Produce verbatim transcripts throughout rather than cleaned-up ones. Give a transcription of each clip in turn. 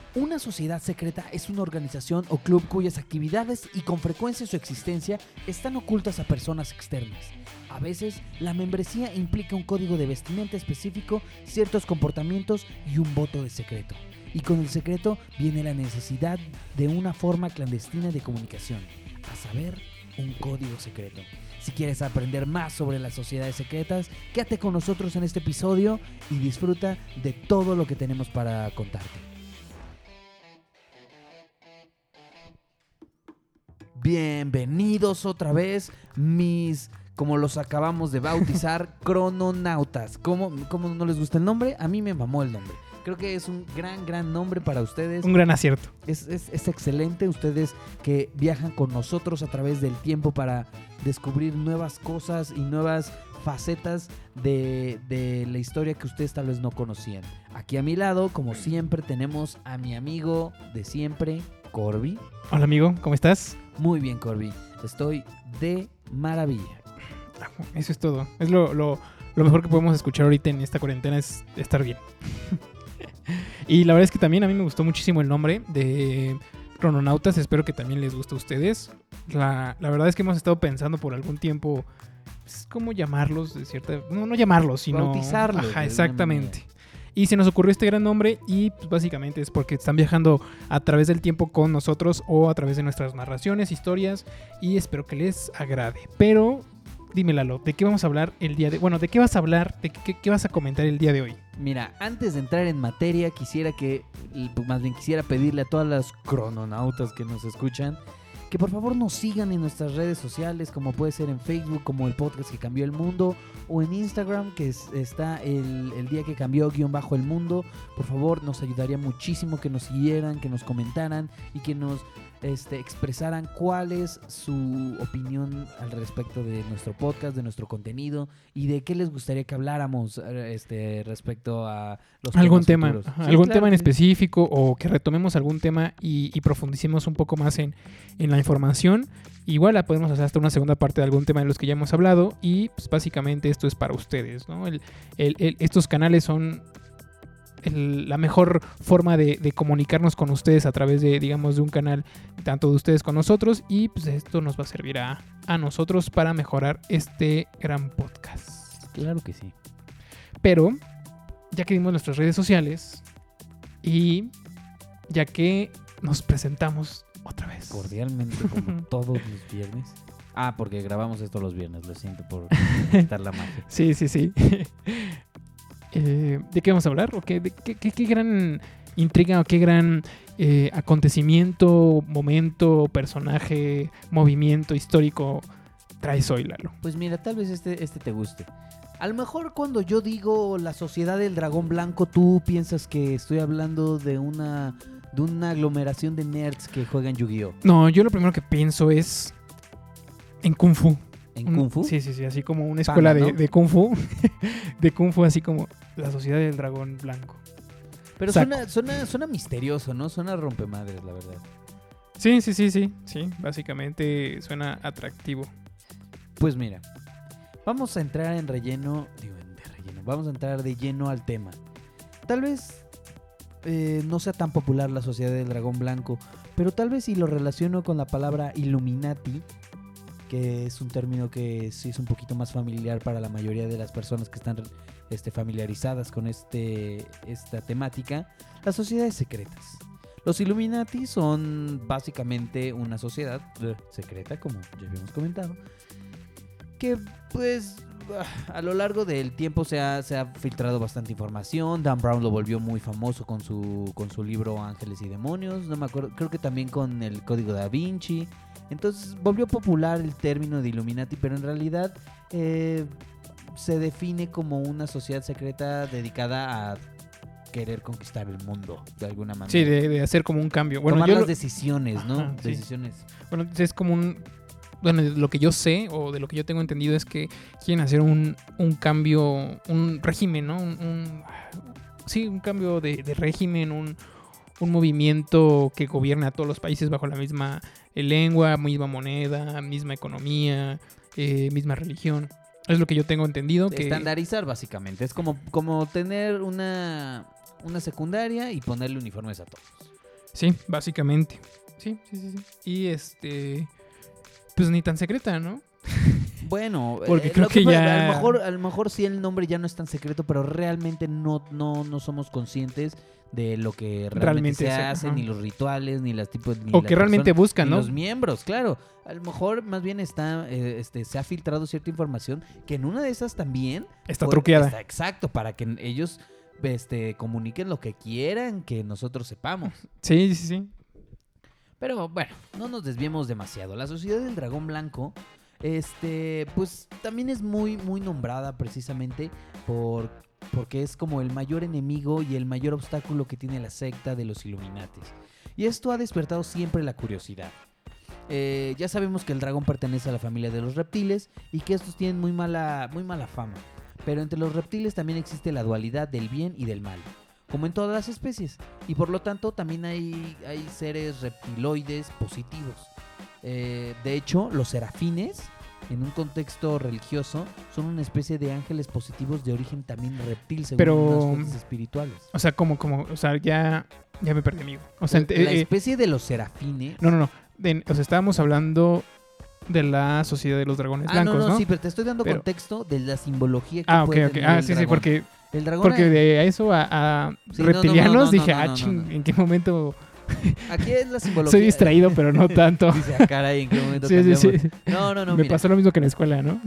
Una sociedad secreta es una organización o club cuyas actividades y con frecuencia su existencia están ocultas a personas externas. A veces, la membresía implica un código de vestimenta específico, ciertos comportamientos y un voto de secreto. Y con el secreto viene la necesidad de una forma clandestina de comunicación, a saber, un código secreto. Si quieres aprender más sobre las sociedades secretas, quédate con nosotros en este episodio y disfruta de todo lo que tenemos para contarte. Bienvenidos otra vez, mis, como los acabamos de bautizar, crononautas. ¿Cómo, ¿Cómo no les gusta el nombre? A mí me mamó el nombre. Creo que es un gran, gran nombre para ustedes. Un gran acierto. Es, es, es excelente. Ustedes que viajan con nosotros a través del tiempo para descubrir nuevas cosas y nuevas facetas de, de la historia que ustedes tal vez no conocían. Aquí a mi lado, como siempre, tenemos a mi amigo de siempre, Corby. Hola amigo, ¿cómo estás? Muy bien, Corby. Estoy de maravilla. Eso es todo. Es lo, lo, lo mejor que podemos escuchar ahorita en esta cuarentena, es estar bien. Y la verdad es que también a mí me gustó muchísimo el nombre de Crononautas. Espero que también les guste a ustedes. La, la verdad es que hemos estado pensando por algún tiempo pues, cómo llamarlos de cierta... No, no llamarlos, sino... bautizarlos. Ajá, exactamente. Y se nos ocurrió este gran nombre y pues, básicamente es porque están viajando a través del tiempo con nosotros o a través de nuestras narraciones, historias, y espero que les agrade. Pero dime, Lalo, ¿de qué vamos a hablar el día de... Bueno, ¿de qué vas a hablar? ¿De qué, qué vas a comentar el día de hoy? Mira, antes de entrar en materia, quisiera que, más bien quisiera pedirle a todas las crononautas que nos escuchan que por favor nos sigan en nuestras redes sociales, como puede ser en Facebook, como el podcast que cambió el mundo, o en Instagram, que es, está el, el día que cambió guión bajo el mundo. Por favor, nos ayudaría muchísimo que nos siguieran, que nos comentaran y que nos este, expresaran cuál es su opinión al respecto de nuestro podcast, de nuestro contenido y de qué les gustaría que habláramos este, respecto a los algún temas tema, futuros. ajá, Sí, algún claro, tema en sí. específico o que retomemos algún tema y, y profundicemos un poco más en, en la información. Igual la podemos hacer hasta una segunda parte de algún tema de los que ya hemos hablado y pues, básicamente esto es para ustedes, ¿no? El, el, el, estos canales son el, la mejor forma de, de comunicarnos con ustedes a través de, digamos, de un canal tanto de ustedes con nosotros y pues esto nos va a servir a, a nosotros para mejorar este gran podcast. Claro que sí. Pero ya que dimos nuestras redes sociales y ya que nos presentamos otra vez. Cordialmente, como todos los viernes. Ah, porque grabamos esto los viernes, lo siento por quitar la magia. Sí, sí, sí. eh, ¿De qué vamos a hablar? ¿O qué, de, qué, qué, qué gran intriga o qué gran eh, acontecimiento, momento, personaje, movimiento histórico traes hoy, Lalo? Pues mira, tal vez este, este te guste. A lo mejor cuando yo digo la Sociedad del Dragón Blanco, tú piensas que estoy hablando de una, de una aglomeración de nerds que juegan Yu-Gi-Oh! No, yo lo primero que pienso es en Kung Fu. ¿En Kung Fu? Sí, sí, sí, así como una escuela Panda, ¿no? de, de Kung Fu. De Kung Fu, así como la Sociedad del Dragón Blanco. Pero Saco. suena, suena, suena misterioso, ¿no? Suena rompemadres, la verdad. Sí, sí, sí, sí, sí. Básicamente suena atractivo. Pues mira, vamos a entrar en relleno, digo, de relleno, vamos a entrar de lleno al tema. Tal vez eh, no sea tan popular la Sociedad del Dragón Blanco, pero tal vez si lo relaciono con la palabra Illuminati, que es un término que sí es un poquito más familiar para la mayoría de las personas que están este, familiarizadas con este, esta temática, las sociedades secretas. Los Illuminati son básicamente una sociedad eh, secreta, como ya habíamos comentado, que pues a lo largo del tiempo se ha, se ha filtrado bastante información. Dan Brown lo volvió muy famoso con su, con su libro Ángeles y Demonios, no me acuerdo, creo que también con el Código Da Vinci. Entonces volvió popular el término de Illuminati, pero en realidad eh, se define como una sociedad secreta dedicada a querer conquistar el mundo de alguna manera. Sí, de, de hacer como un cambio. Bueno, Tomar yo las lo- decisiones, ¿no? Ajá, sí. Decisiones. Bueno, es como un... Bueno, de lo que yo sé o de lo que yo tengo entendido es que quieren hacer un, un cambio, un régimen, ¿no? Un, un- sí, un cambio de, de régimen, un, un movimiento que gobierne a todos los países bajo la misma eh, lengua, misma moneda, misma economía, eh, misma religión. Es lo que yo tengo entendido. Que... Estandarizar, básicamente. Es como, como tener una, una secundaria y ponerle uniformes a todos. Sí, básicamente. Sí, sí, sí, sí. Y este, pues ni tan secreta, ¿no? Bueno, Porque eh, creo lo que que pasa- ya- a lo mejor, a lo mejor sí el nombre ya no es tan secreto, pero realmente no, no, no somos conscientes de lo que realmente, Realmente se es, hace, ajá. ni los rituales, ni las tipos, ni O las que realmente personas, buscan, ni ¿no? los miembros, claro. A lo mejor más bien está, eh, este, se ha filtrado cierta información que en una de esas también Está fue- truqueada. está exacto, para que ellos, este, comuniquen lo que quieran que nosotros sepamos. Sí, sí, sí. Pero bueno, no nos desviemos demasiado. La Sociedad del Dragón Blanco, este, pues también es muy, muy nombrada precisamente por, porque es como el mayor enemigo y el mayor obstáculo que tiene la secta de los Illuminatis. Y esto ha despertado siempre la curiosidad. Eh, ya sabemos que el dragón pertenece a la familia de los reptiles y que estos tienen muy mala, muy mala fama. Pero entre los reptiles también existe la dualidad del bien y del mal, como en todas las especies. Y por lo tanto también hay, hay seres reptiloides positivos. Eh, de hecho, los serafines, en un contexto religioso, son una especie de ángeles positivos de origen también reptil, según Pero- unas fuentes espirituales. O sea, como, como, o sea, ya, ya me perdí, amigo. O sea, la ent- eh, especie de los serafines... no, no, no. De- o sea, estábamos hablando de la Sociedad de los Dragones Ah, Blancos, no, ¿no? no, sí, pero te estoy dando Pero- contexto de la simbología que Ah, ok, puede ok. tener Ah, el sí, sí, dragón. porque, El dragón porque es- de eso a, a Sí, no, no, no, reptilianos no, no, dije, no, ah, no, ching, no. ¿en qué momento? Aquí es la simbología. Soy distraído, pero no tanto. Dice, ah, caray, ¿en qué momento Sí, sí, cambiamos? sí. No, no, no, Me mira. pasó lo mismo que en la escuela, ¿no?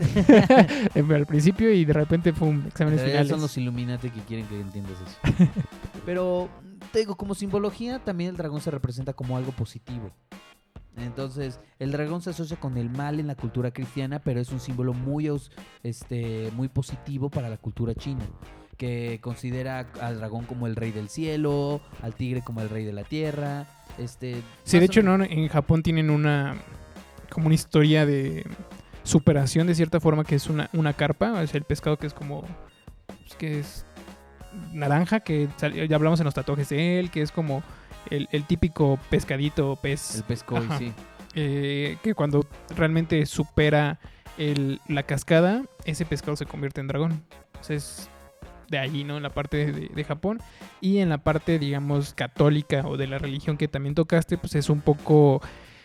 Al principio y de repente, pum, En exámenes realidad finales. son los Illuminati que quieren que entiendas eso. Pero, te digo, como simbología, también el dragón se representa como algo positivo. Entonces, el dragón se asocia con el mal en la cultura cristiana, pero es un símbolo muy, aus- este, muy positivo para la cultura china, que considera al dragón como el rey del cielo, al tigre como el rey de la tierra. Este, Sí, más de o hecho, menos- no, en Japón tienen una como una historia de superación de cierta forma, que es una, una carpa, es el pescado que es como pues, que es naranja, que sal- ya hablamos en los tatuajes de él, que es como el, el típico pescadito, pez, El pez koi, Ajá. sí. eh, que cuando realmente supera el- la cascada, ese pescado se convierte en dragón. O sea, es de allí, ¿no? En la parte de, de Japón. Y en la parte, digamos, católica o de la religión que también tocaste, pues es un poco...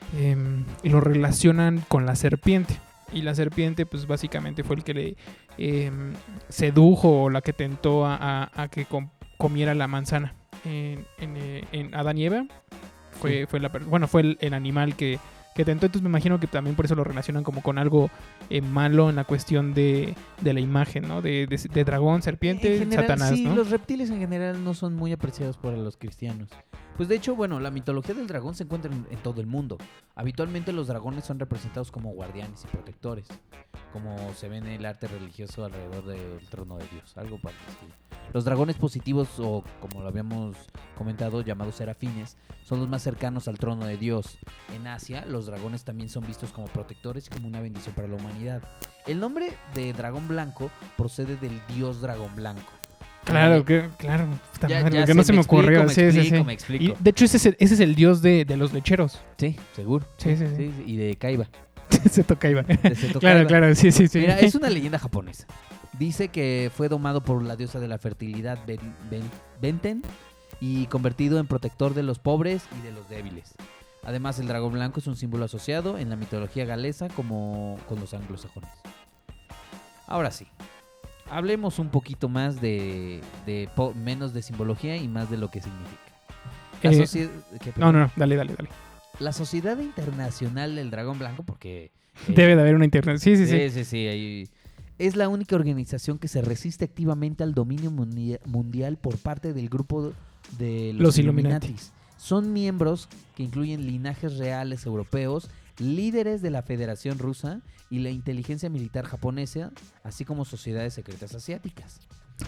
em, lo relacionan con la serpiente. Y la serpiente, pues básicamente fue el que le em, sedujo o la que tentó a, a- a que com- comiera la manzana. En, en, eh, en Adán y Eva fue, Sí. fue la per- bueno, fue el, el animal que, que tentó. Entonces me imagino que también por eso lo relacionan como con algo eh, malo en la cuestión de, de la imagen, ¿no? De, de- de dragón, serpiente, En general, Satanás, sí, ¿no? los reptiles en general no son muy apreciados por los cristianos. Pues de hecho, bueno, la mitología del dragón se encuentra en, en todo el mundo. Habitualmente los dragones son representados como guardianes y protectores, como se ve en el arte religioso alrededor del trono de Dios, algo para el estilo. Los dragones positivos, o como lo habíamos comentado, llamados serafines, son los más cercanos al trono de Dios. En Asia, los dragones también son vistos como protectores y como una bendición para la humanidad. El nombre de dragón blanco procede del dios dragón blanco. Claro, Eh, que, claro. Puta ya- madre, ya porque sé, no se me me ocurrió. explico, me Sí, sí, explico, sí. me Y explico. de hecho, ese es el, ese es el dios de, de los lecheros. Sí, seguro. Sí, sí, sí. Y de Kaiba. Se toca Iván. de Seto Claro, Kaiba. claro, sí, sí, sí. Mira, es una leyenda japonesa. Dice que fue domado por la diosa de la fertilidad Ben- Ben- Benten y convertido en protector de los pobres y de los débiles. Además, el dragón blanco es un símbolo asociado en la mitología galesa como con los anglosajones. Ahora sí, hablemos un poquito más de, de po- menos de simbología y más de lo que significa. La, Eh, socie- ¿qué, No, perdón? no, no, dale, dale, dale. La Sociedad Internacional del Dragón Blanco, porque... eh, Debe de haber una internet. Sí, sí, sí. Sí, sí, sí. ahí- Es la única organización que se resiste activamente al dominio mundi- mundial por parte del grupo de los, Los Illuminati. Illuminatis. Son miembros que incluyen linajes reales europeos, líderes de la Federación Rusa y la inteligencia militar japonesa, así como sociedades secretas asiáticas.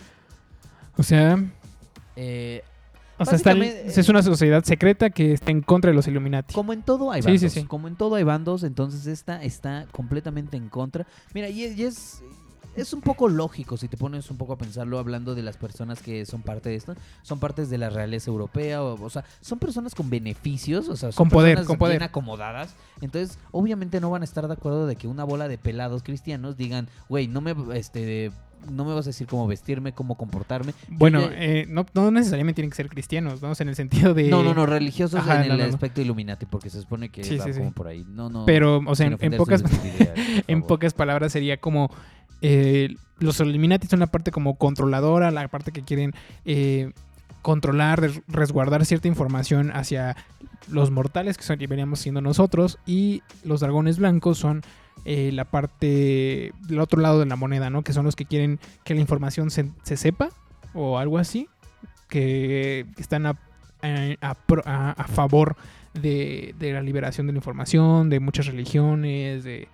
O sea, Eh, o sea está el- Básicamente, es una sociedad secreta que está en contra de los Illuminati. Como en todo hay Sí, bandos. sí, sí. Como en todo hay bandos, entonces esta está completamente en contra. Mira, y es, y es, es un poco lógico si te pones un poco a pensarlo, hablando de las personas que son parte de esto. Son partes de la realeza europea, o, o sea, son personas con beneficios, o sea, son Con poder, personas con bien poder. acomodadas. Entonces, obviamente no van a estar de acuerdo de que una bola de pelados cristianos digan, güey, no me, este, no me vas a decir cómo vestirme, cómo comportarme. Bueno, Yo ya- eh, no, no necesariamente tienen que ser cristianos, ¿no? O sea, en el sentido de... No, no, no, religiosos Ajá, en no, el no, no. aspecto Illuminati, porque se supone que Sí, va sí, sí. como por ahí. No, no. Pero, o sea, sin en, en ofender pocas... sus sensibilidades, por En favor. pocas palabras sería como eh, los Illuminati son la parte como controladora, la parte que quieren eh, controlar, res- resguardar cierta información hacia los mortales, que son, que veníamos siendo nosotros, y los dragones blancos son eh, la parte del otro lado de la moneda, ¿no? Que son los que quieren que la información se, se sepa o algo así, que están a, a- a pro- a- a favor de, de la liberación de la información, de muchas religiones, de...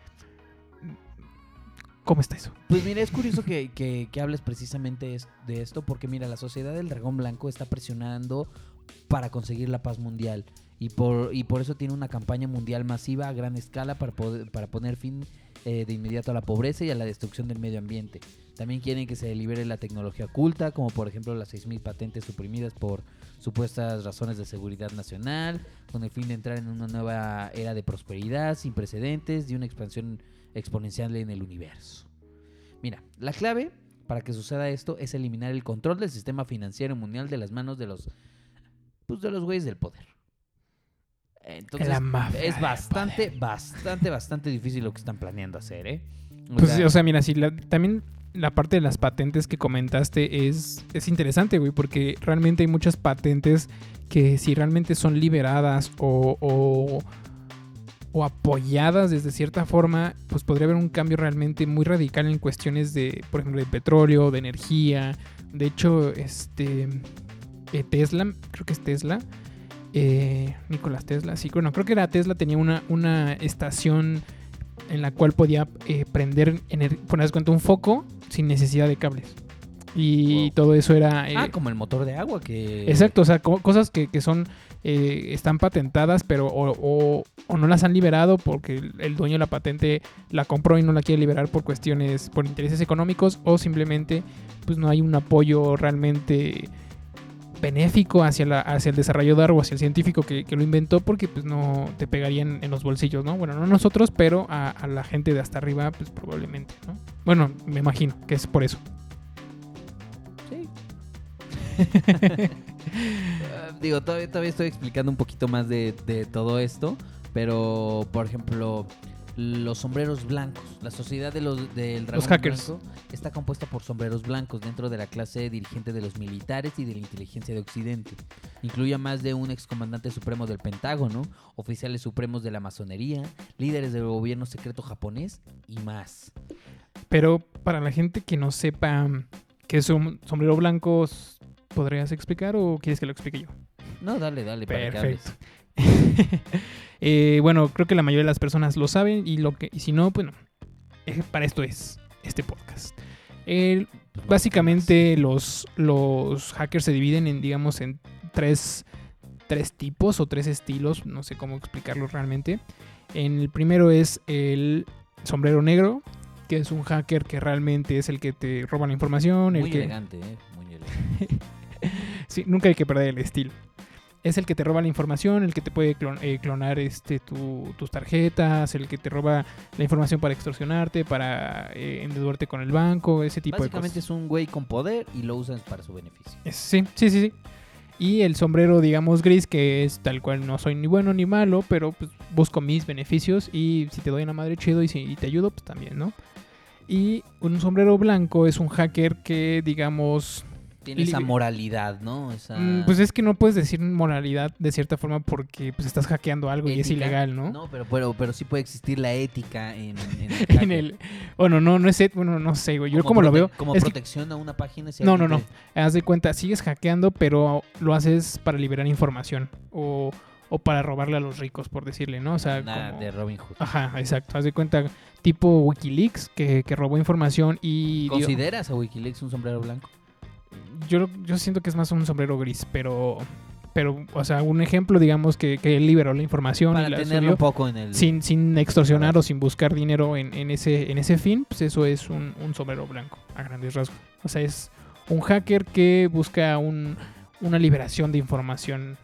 ¿Cómo está eso? Pues mira, es curioso que, que, que hables precisamente es- de esto, porque mira, la Sociedad del Dragón Blanco está presionando para conseguir la paz mundial. Y por, y por eso tiene una campaña mundial masiva a gran escala para, poder, para poner fin eh, de inmediato a la pobreza y a la destrucción del medio ambiente. También quieren que se libere la tecnología oculta, como por ejemplo las seis mil patentes suprimidas por supuestas razones de seguridad nacional, con el fin de entrar en una nueva era de prosperidad sin precedentes y una expansión exponencial en el universo. Mira, la clave para que suceda esto es eliminar el control del sistema financiero mundial de las manos de los, pues de los güeyes del poder. Entonces, La mafia es del bastante, poder. bastante, bastante difícil lo que están planeando hacer, ¿eh? O Pues, sea, o sea, mira, si la- también la parte de las patentes que comentaste es, es interesante, güey, porque realmente hay muchas patentes que si realmente son liberadas o, o, o apoyadas desde cierta forma, pues podría haber un cambio realmente muy radical en cuestiones de, por ejemplo, de petróleo, de energía. De hecho, este eh, Tesla, creo que es Tesla, eh, Nicolás Tesla, sí, bueno, creo que era Tesla, tenía una, una estación en la cual podía eh, prender, ener- ponerse cuenta un foco sin necesidad de cables. Y Wow. todo eso era... eh, ah, como el motor de agua que... exacto, o sea, co- cosas que, que son... eh, están patentadas, pero o, o- o no las han liberado porque el, el dueño de la patente la compró y no la quiere liberar por cuestiones, por intereses económicos, o simplemente pues no hay un apoyo realmente benéfico hacia, la, hacia el desarrollador o hacia el científico que, que lo inventó, porque pues no te pegarían en los bolsillos, ¿no? Bueno, no nosotros, pero a, a la gente de hasta arriba, pues probablemente, ¿no? Bueno, me imagino que es por eso. Sí. Ah, digo, todavía, todavía estoy explicando un poquito más de, de todo esto, pero, por ejemplo, los sombreros blancos. La sociedad de los, del dragón hackers. blanco está compuesta por sombreros blancos dentro de la clase dirigente de los militares y de la inteligencia de Occidente. Incluye a más de un excomandante supremo del Pentágono, oficiales supremos de la masonería, líderes del gobierno secreto japonés y más. Pero para la gente que no sepa qué es un sombrero blanco, ¿podrías explicar o quieres que lo explique yo? No, dale, dale, para que hables. Perfecto. Eh, bueno, creo que la mayoría de las personas lo saben y, lo que, y si no, bueno, eh, para esto es este podcast. El- básicamente los, los hackers se dividen en, digamos, en tres, tres tipos o tres estilos, no sé cómo explicarlo realmente. En el primero es el sombrero negro, que es un hacker que realmente es el que te roba la información. Muy el que... elegante, ¿eh? Muy elegante. Sí, nunca hay que perder el estilo. Es el que te roba la información, el que te puede clon- eh, clonar este, tu- tus tarjetas, el que te roba la información para extorsionarte, para eh, endeudarte con el banco, ese tipo de Básicamente cosas. es un güey con poder y lo usan para su beneficio. Es- Sí, sí, sí, sí. Y el sombrero, digamos, gris, que es tal cual, no soy ni bueno ni malo, pero pues, busco mis beneficios y si te doy una madre chido y si y te ayudo, pues también, ¿no? Y un sombrero blanco es un hacker que, digamos... Tiene esa Libre. moralidad, ¿no? Esa Mm, Pues es que no puedes decir moralidad de cierta forma porque pues estás hackeando algo y es ética. ilegal, ¿no? No, pero, pero, pero sí puede existir la ética en, en el En hacker. el... Bueno, no, no es... et- Bueno, no sé, güey. Yo como lo prote- veo... Como es que, protección a una página. Si no, no, alguien no. Haz de cuenta, sigues hackeando, pero lo haces para liberar información. O, o para robarle a los ricos, por decirle, ¿no? O te- sea, Nada como... de Robin Hood. Ajá, exacto. Haz de cuenta, tipo Wikileaks, que, que robó información y... dio- ¿Consideras a Wikileaks un sombrero blanco? Yo, yo siento que es más un sombrero gris, pero... Pero, o sea, un ejemplo, digamos, que, que él liberó la información Para y la tenerlo subió un poco en el... sin, sin extorsionar Claro. o sin buscar dinero en, en ese, en ese fin, pues eso es un, un sombrero blanco, a grandes rasgos. O sea, es un hacker que busca un, una liberación de información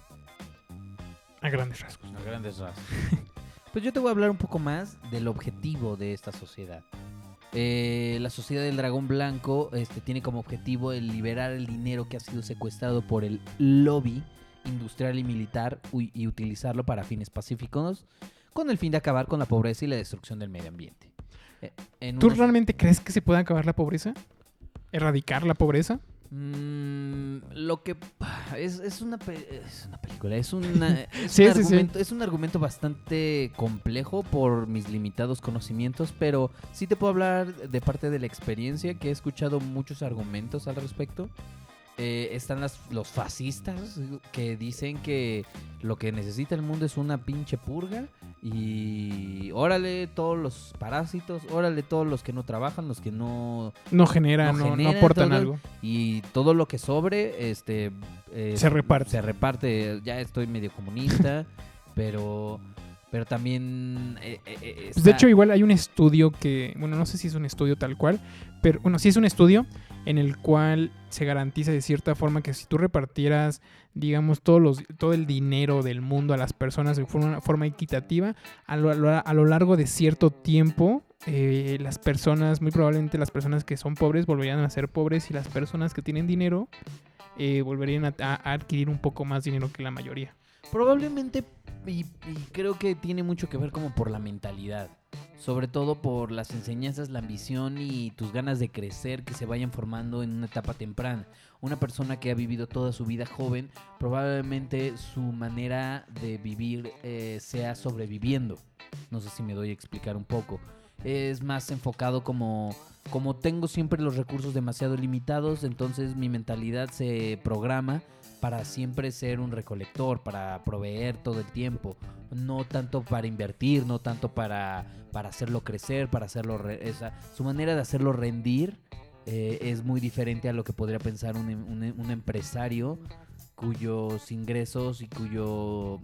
a grandes rasgos. A grandes rasgos. Pues yo te voy a hablar un poco más del objetivo de esta sociedad. Eh, la Sociedad del Dragón Blanco este, tiene como objetivo el liberar el dinero que ha sido secuestrado por el lobby industrial y militar y, y utilizarlo para fines pacíficos con el fin de acabar con la pobreza y la destrucción del medio ambiente. Eh, en ¿Tú unos... realmente crees que se puede acabar la pobreza? ¿Erradicar la pobreza? Mm, lo que es, es, una pe- es una película, es, una, es, Sí, un sí, sí. argumento, es un argumento bastante complejo por mis limitados conocimientos, pero sí te puedo hablar de parte de la experiencia, que he escuchado muchos argumentos al respecto. Eh, están las, los fascistas que dicen que lo que necesita el mundo es una pinche purga y órale todos los parásitos, órale todos los que no trabajan, los que no No generan, No no, no generan aportan todo- algo. y todo lo que sobre este eh, Se reparte. se reparte. Ya estoy medio comunista, pero pero también eh, eh, eh, Pues está- de hecho, igual hay un estudio que, bueno, no sé si es un estudio tal cual, pero bueno, sí es un estudio en el cual se garantiza de cierta forma que si tú repartieras, digamos, todos los, todo el dinero del mundo a las personas de forma, forma equitativa, a lo, a lo- a lo largo de cierto tiempo, eh, las personas, muy probablemente las personas que son pobres volverían a ser pobres y las personas que tienen dinero eh, volverían a, a- a adquirir un poco más dinero que la mayoría. probablemente y, y creo que tiene mucho que ver como por la mentalidad, sobre todo por las enseñanzas, la ambición y tus ganas de crecer que se vayan formando en una etapa temprana. Una persona que ha vivido toda su vida joven, probablemente su manera de vivir eh, sea sobreviviendo. No sé si me doy a explicar un poco. Es más enfocado como, como tengo siempre los recursos demasiado limitados, entonces mi mentalidad se programa para siempre ser un recolector, para proveer todo el tiempo, no tanto para invertir, no tanto para, para hacerlo crecer, para hacerlo... Re- esa, su manera de hacerlo rendir eh, es muy diferente a lo que podría pensar un, em- un, un empresario cuyos ingresos y cuyo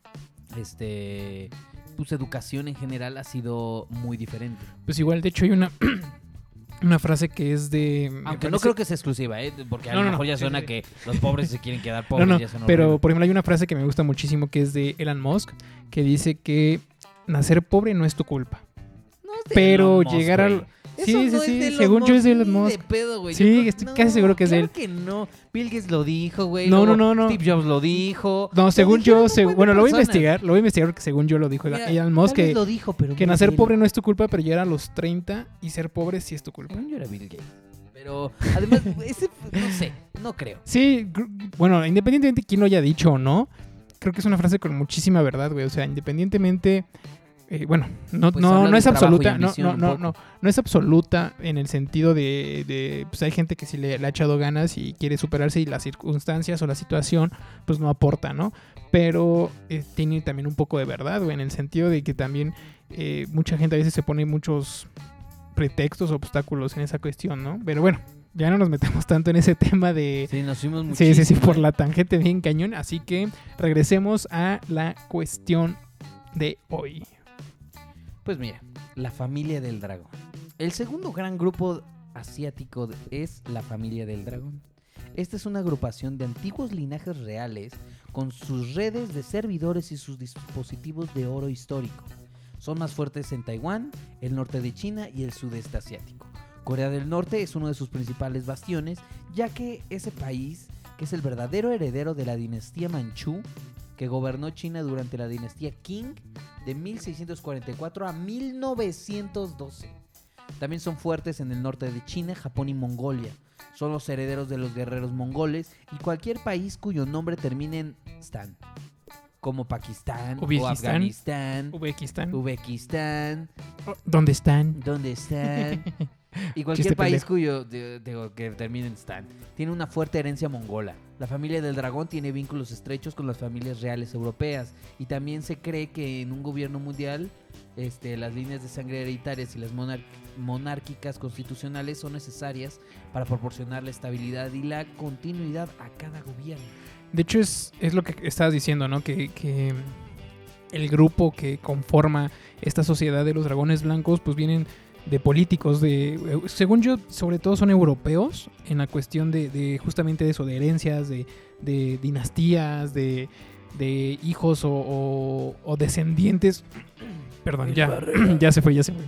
este pues educación en general ha sido muy diferente. Pues igual, de hecho, hay una, una frase que es de... me Aunque no parece- creo que sea exclusiva, ¿eh? Porque a No, lo no, mejor no. ya Sí, suena sí. que los pobres se quieren quedar No, pobres. no, ya suena pero horrible. por ejemplo hay una frase que me gusta muchísimo que es de Elon Musk, que dice que nacer pobre no es tu culpa. No es de pero Elon Musk, llegar al- güey. Sí, Eso sí, no es sí, de Elon según yo es de Musk, Elon ni Musk. de pedo, güey. Sí, Yo creo- estoy casi seguro que es de claro él. que no. Bill Gates lo dijo, güey. No, luego no, no, no. Steve Jobs lo dijo. No, Lo según dijeron yo, un seg- buen de bueno, lo voy a personas. investigar, lo voy a investigar porque según yo lo dijo Mira, Elon Musk, tal vez que, lo dijo, pero que no nacer es de pobre él. no es tu culpa, pero llegar a los treinta y ser pobre sí es tu culpa. Según yo era Bill Gates. Pero además, ese, no sé, no creo. Sí, gr- bueno, independientemente de quién lo haya dicho o no, creo que es una frase con muchísima verdad, güey. O sea, independientemente... eh, bueno, no, Pues no, habla no de es trabajo y absoluta, no, ambición no, un no, poco. no, no es absoluta en el sentido de, de, pues hay gente que sí le, le ha echado ganas y quiere superarse y las circunstancias o la situación pues no aporta, ¿no? Pero eh, tiene también un poco de verdad, güey, en el sentido de que también eh, mucha gente a veces se pone muchos pretextos, obstáculos en esa cuestión, ¿no? Pero bueno, ya no nos metemos tanto en ese tema de... Sí, nos fuimos Sí, muchísimo. sí, sí, por ¿eh? la tangente bien cañón. Así que regresemos a la cuestión de hoy. Pues mira, la familia del dragón. El segundo gran grupo asiático es la familia del dragón. Esta es una agrupación de antiguos linajes reales con sus redes de servidores y sus dispositivos de oro histórico. Son más fuertes en Taiwán, el norte de China y el sudeste asiático. Corea del Norte es uno de sus principales bastiones, ya que ese país, que es el verdadero heredero de la dinastía Manchú, que gobernó China durante la dinastía Qing de mil seiscientos cuarenta y cuatro a mil novecientos doce. También son fuertes en el norte de China, Japón y Mongolia. Son los herederos de los guerreros mongoles y cualquier país cuyo nombre termine en Stan, como Pakistán o Uzbekistán. Afganistán, Uzbekistán. Uzbekistán, ¿Dónde están? ¿dónde están? Y cualquier Chiste país pendejo. cuyo de- de- que termine en Stan tiene una fuerte herencia mongola. La familia del dragón tiene vínculos estrechos con las familias reales europeas y también se cree que en un gobierno mundial este, las líneas de sangre hereditarias y las monar- monárquicas constitucionales son necesarias para proporcionar la estabilidad y la continuidad a cada gobierno. De hecho, es, es lo que estabas diciendo, ¿no? Que, que el grupo que conforma esta sociedad de los dragones blancos, pues vienen de políticos, de según yo, sobre todo son europeos en la cuestión de, de justamente de eso, de herencias, de, de dinastías, de, de hijos o, o, o descendientes. Perdón, ya, ya se fue, ya se fue.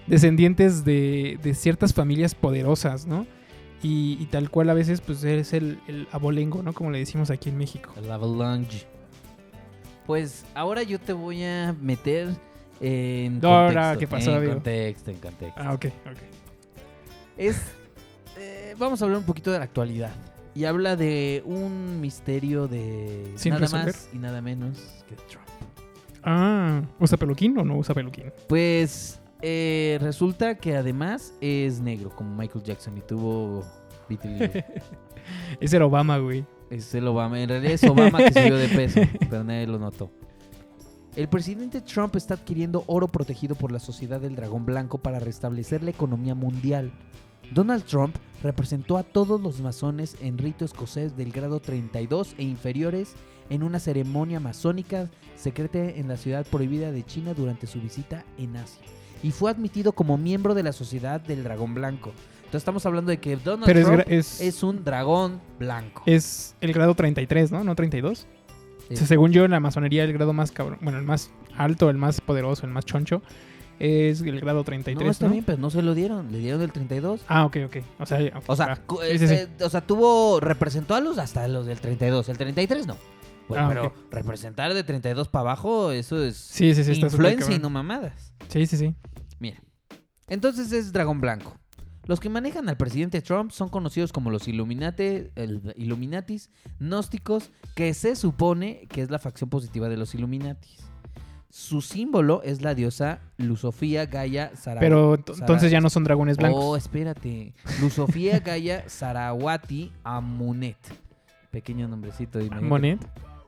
descendientes de, de ciertas familias poderosas, ¿no? Y, y tal cual a veces pues es el, el abolengo, ¿no? Como le decimos aquí en México. El avalanche. Pues ahora yo te voy a meter en Ahora, contexto. ¿qué pasó, en amigo? contexto, en contexto. Ah, ok, ok. Es, eh, vamos a hablar un poquito de la actualidad. Y habla de un misterio de Sin nada resolver. más y nada menos que Trump. Ah, ¿usa peluquín o no usa peluquín? Pues eh, resulta que además es negro, como Michael Jackson, y tuvo vitiligo. Ese era Obama, güey. Es el Obama. En realidad es Obama que subió de peso, pero nadie lo notó. El presidente Trump está adquiriendo oro protegido por la Sociedad del Dragón Blanco para restablecer la economía mundial. Donald Trump representó a todos los masones en rito escocés del grado treinta y dos e inferiores en una ceremonia masónica secreta en la ciudad prohibida de China durante su visita en Asia. Y fue admitido como miembro de la Sociedad del Dragón Blanco. Entonces estamos hablando de que Donald Pero es, Trump gra- es, es un dragón blanco. es el grado treinta y tres, ¿no? ¿No treinta y dos? Sí. O sea, según yo, en la masonería el grado más cabrón, bueno, el más alto, el más poderoso, el más choncho, es el grado treinta y tres, No, está ¿no? bien, pero no se lo dieron. Le dieron el treinta y dos. Ah, ok, ok. O sea, ok, O sea, va. cu- Sí, sí, sí. eh, o sea, tuvo, representó a los hasta los del treinta y dos. El treinta y tres no. Bueno, Ah, pero ok. representar de treinta y dos para abajo, eso es Sí, sí, sí, está súper influencia y cabrón. no mamadas. Sí, sí, sí. Mira, entonces es dragón blanco. Los que manejan al presidente Trump son conocidos como los Illuminati, el Illuminatis gnósticos, que se supone que es la facción positiva de los Illuminatis. Su símbolo es la diosa Lusofía Gaia Sarawati. Pero ent- entonces ya no son dragones blancos. Oh, espérate. Lusofía Gaia Sarawati Amunet. Pequeño nombrecito. imagínate. Monet.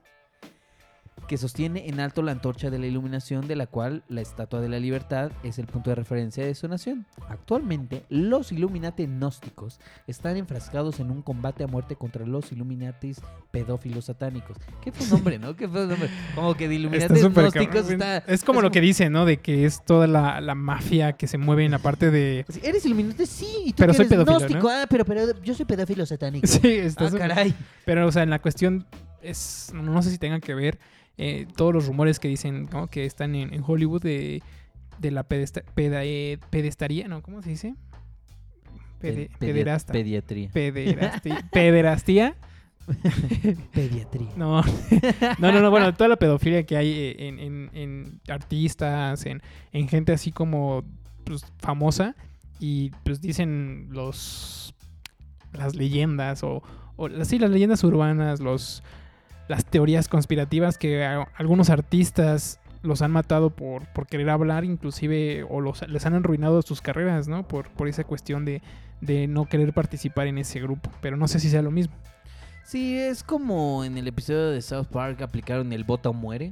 Que sostiene en alto la antorcha de la iluminación, de la cual la Estatua de la Libertad es el punto de referencia de su nación. Actualmente, los Illuminati gnósticos están enfrascados en un combate a muerte contra los Illuminatis pedófilos satánicos. Qué fue nombre, ¿no? Qué fue nombre. Como que de Está Illuminati súper gnósticos cabrón. está... Es como lo que dicen, ¿no? De que es toda la, la mafia que se mueve en la parte de... Sí, ¿eres Illuminati? Sí. ¿Y tú Pero que soy eres pedófilo, gnóstico? ¿no? Ah, pero, pero yo soy pedófilo satánico. Sí, está Ah, súper- caray. Pero, o sea, en la cuestión es... No sé si tengan que ver eh, todos los rumores que dicen, ¿no? Que están en, en Hollywood de, de la pedesta, peda- eh, pedestaría, ¿no? ¿Cómo se dice? Pede- Pe- pedia- pederasta. Pediatría. Pederasti- Pederastía. Pediatría. No. no, no, no, bueno, toda la pedofilia que hay eh, en, en- en artistas, en, en gente así como pues, famosa, y pues dicen los las leyendas o, o sí, las leyendas urbanas, los las teorías conspirativas que a- algunos artistas los han matado por, por querer hablar, inclusive, o los, les han arruinado sus carreras, ¿no? Por, por esa cuestión de, de no querer participar en ese grupo. Pero no sé si sea lo mismo. Sí, es como en el episodio de South Park aplicaron el vota o muere.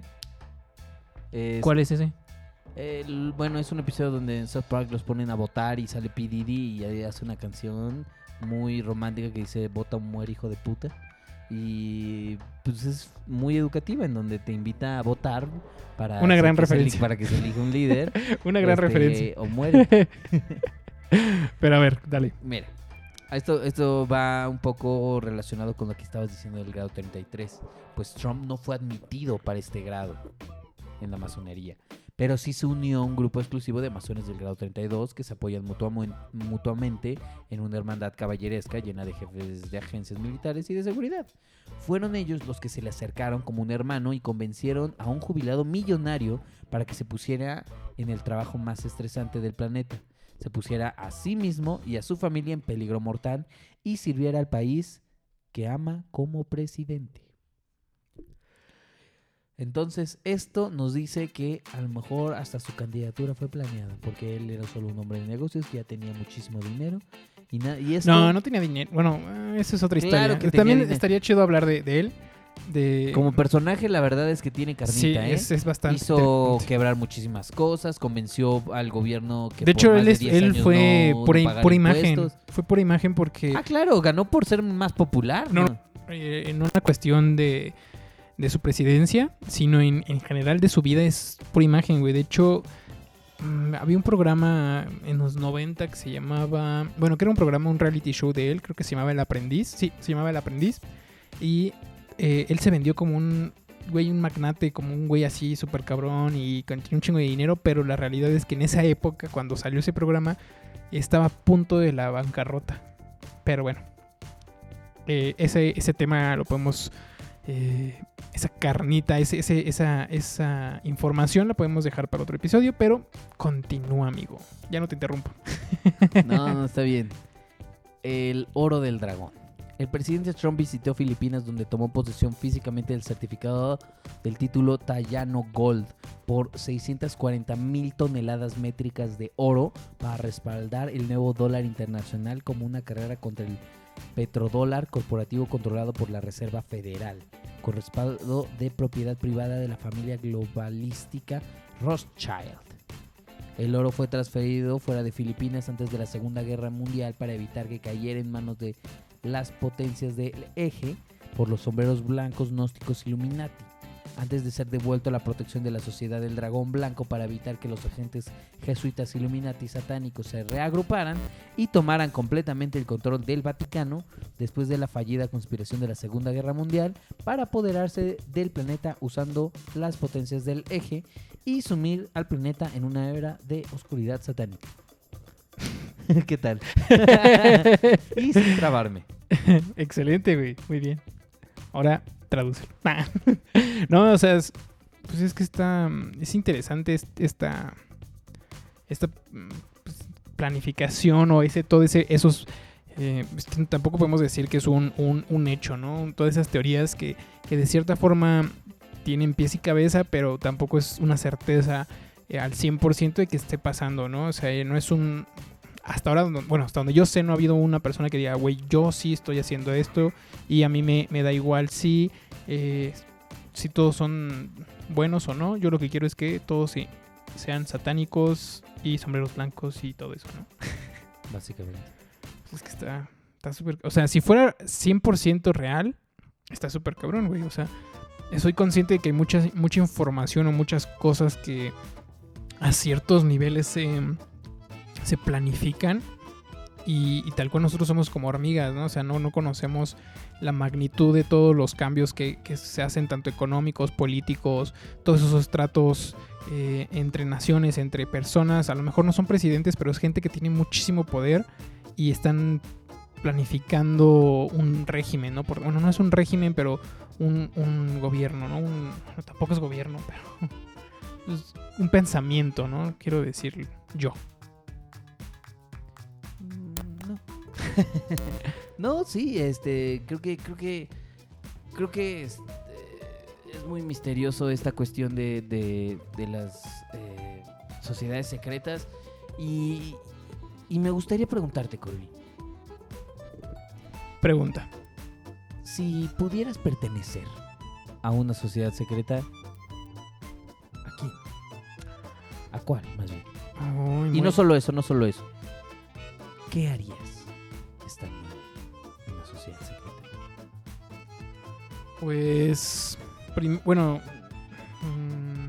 Es- ¿Cuál es ese? el- bueno, es un episodio donde en South Park los ponen a votar y sale P. Diddy y ahí hace una canción muy romántica que dice vota o muere, hijo de puta. Y pues es muy educativa, en donde te invita a votar para, Una gran que se referencia. eli- para que se elija un líder. Una gran este, referencia. O muere. Pero a ver, dale. Mira, esto, esto va un poco relacionado con lo que estabas diciendo del grado treinta y tres. Pues Trump no fue admitido para este grado en la masonería, pero sí se unió a un grupo exclusivo de masones del grado treinta y dos que se apoyan mutuamu- mutuamente en una hermandad caballeresca llena de jefes de agencias militares y de seguridad. Fueron ellos los que se le acercaron como un hermano y convencieron a un jubilado millonario para que se pusiera en el trabajo más estresante del planeta. Se pusiera a sí mismo y a su familia en peligro mortal y sirviera al país que ama como presidente. Entonces, esto nos dice que a lo mejor hasta su candidatura fue planeada, porque él era solo un hombre de negocios que ya tenía muchísimo dinero. Y, na- y esto, No, no tenía dinero. Bueno, eh, esa es otra Claro historia. que tenía También dinero. estaría chido hablar de, de él. De... como personaje, la verdad es que tiene carnita, Sí, ¿eh? es, es bastante. Hizo interesante. quebrar muchísimas cosas, convenció al gobierno que De por hecho, más él, de es- diez él años fue no- pura, no pagar pura imagen. impuestos. Fue pura imagen porque Ah, claro, ganó por ser más popular, No, ¿no? eh, en una cuestión de, de su presidencia, sino en, en general de su vida es pura imagen, güey. De hecho, mm, había un programa en los noventa que se llamaba... Bueno, que era un programa, un reality show de él, creo que se llamaba El Aprendiz. Sí, se llamaba El Aprendiz. Y eh, él se vendió como un güey, un magnate, como un güey así súper cabrón y con un chingo de dinero, pero la realidad es que en esa época, cuando salió ese programa, estaba a punto de la bancarrota. Pero bueno, eh, ese, ese tema lo podemos... Eh, esa carnita, ese, ese, esa, esa información la podemos dejar para otro episodio, pero continúa, amigo. Ya no te interrumpo. No, no, está bien. El oro del dragón. El presidente Trump visitó Filipinas, donde tomó posesión físicamente del certificado del título Tallano Gold por seiscientas cuarenta mil toneladas métricas de oro para respaldar el nuevo dólar internacional como una carrera contra el petrodólar corporativo controlado por la Reserva Federal, con respaldo de propiedad privada de la familia globalística Rothschild. El oro fue transferido fuera de Filipinas antes de la Segunda Guerra Mundial para evitar que cayera en manos de las potencias del eje por los sombreros blancos gnósticos Illuminati, antes de ser devuelto a la protección de la Sociedad del Dragón Blanco para evitar que los agentes jesuitas Illuminati satánicos se reagruparan y tomaran completamente el control del Vaticano después de la fallida conspiración de la Segunda Guerra Mundial para apoderarse del planeta usando las potencias del eje y sumir al planeta en una era de oscuridad satánica. ¿Qué tal? Y sin trabarme. Excelente, güey. Muy bien. Ahora tradúcelo. No, o sea, es, pues es que está, es interesante esta, esta pues, planificación o ese, todo ese, esos, eh, tampoco podemos decir que es un, un, un hecho, ¿no? Todas esas teorías que, que de cierta forma tienen pies y cabeza, pero tampoco es una certeza eh, al cien por ciento de que esté pasando, ¿no? O sea, no es un... Hasta ahora, bueno, hasta donde yo sé, no ha habido una persona que diga, güey, yo sí estoy haciendo esto y a mí me, me da igual si, eh, si todos son buenos o no. Yo lo que quiero es que todos sí, sean satánicos y sombreros blancos y todo eso, ¿no? Básicamente. Pues es que está está súper... O sea, si fuera cien por ciento real, está súper cabrón, güey. O sea, soy consciente de que hay mucha, mucha información o muchas cosas que a ciertos niveles se... Eh, se planifican y, y tal cual nosotros somos como hormigas, ¿no? O sea, no, no conocemos la magnitud de todos los cambios que, que se hacen, tanto económicos, políticos, todos esos tratos eh, entre naciones, entre personas. A lo mejor no son presidentes, pero es gente que tiene muchísimo poder y están planificando un régimen, ¿no? Porque, bueno, no es un régimen, pero un, un gobierno, ¿no? Un, no, tampoco es gobierno, pero es un pensamiento, ¿no? Quiero decir yo. No, sí, este, creo que, creo que, creo que es, es muy misterioso esta cuestión de, de, de las eh, sociedades secretas y, y me gustaría preguntarte, Corby. Pregunta. Si pudieras pertenecer a una sociedad secreta, ¿a quién? ¿A cuál, más bien? Ay, y muy... no solo eso, no solo eso. ¿Qué harías estando en una sociedad secreta? Pues, prim- bueno, mmm,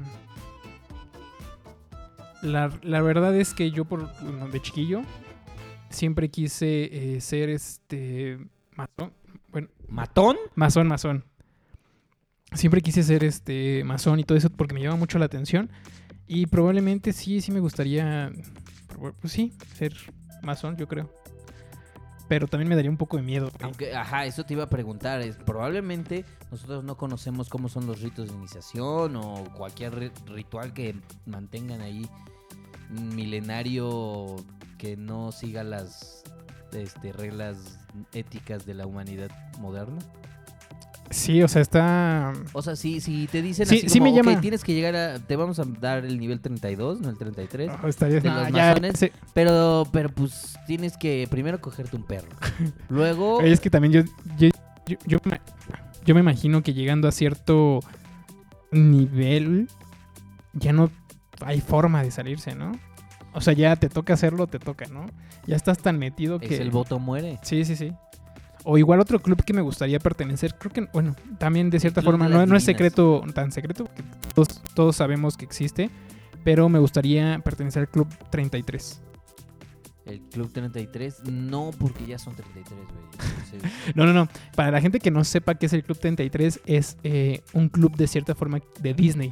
la, la verdad es que yo por bueno, de chiquillo siempre quise eh, ser este masón, bueno, ¿Matón? masón, masón. Siempre quise ser este masón y todo eso porque me llama mucho la atención y probablemente sí, sí me gustaría, pues sí, ser masón, yo creo. Pero también me daría un poco de miedo. ¿Eh? Aunque, ajá, eso te iba a preguntar. Es, probablemente nosotros no conocemos cómo son los ritos de iniciación o cualquier ri- ritual que mantengan ahí milenario que no siga las este, reglas éticas de la humanidad moderna. Sí, o sea, está... O sea, si, si te dicen Sí, así sí como, me ok, llama. tienes que llegar a... Te vamos a dar el nivel treinta y dos, no el treinta y tres. Oh, estaría... de no, los ya, masones, sí. pero, pero pues tienes que primero cogerte un perro. Luego... Es que también yo, yo, yo, yo, me, yo me imagino que llegando a cierto nivel ya no hay forma de salirse, ¿no? O sea, ya te toca hacerlo, te toca, ¿no? Ya estás tan metido que... Es el voto muere. Sí, sí, sí. O igual otro club que me gustaría pertenecer, creo que, bueno, también de cierta Club forma, de no, las no es divinas. secreto, tan secreto, porque todos, todos sabemos que existe, pero me gustaría pertenecer al Club treinta y tres. El Club treinta y tres, no, porque ya son treinta y tres, güey. Entonces, No, no, no. Para la gente que no sepa qué es el Club treinta y tres, es eh, un club de cierta forma de Disney.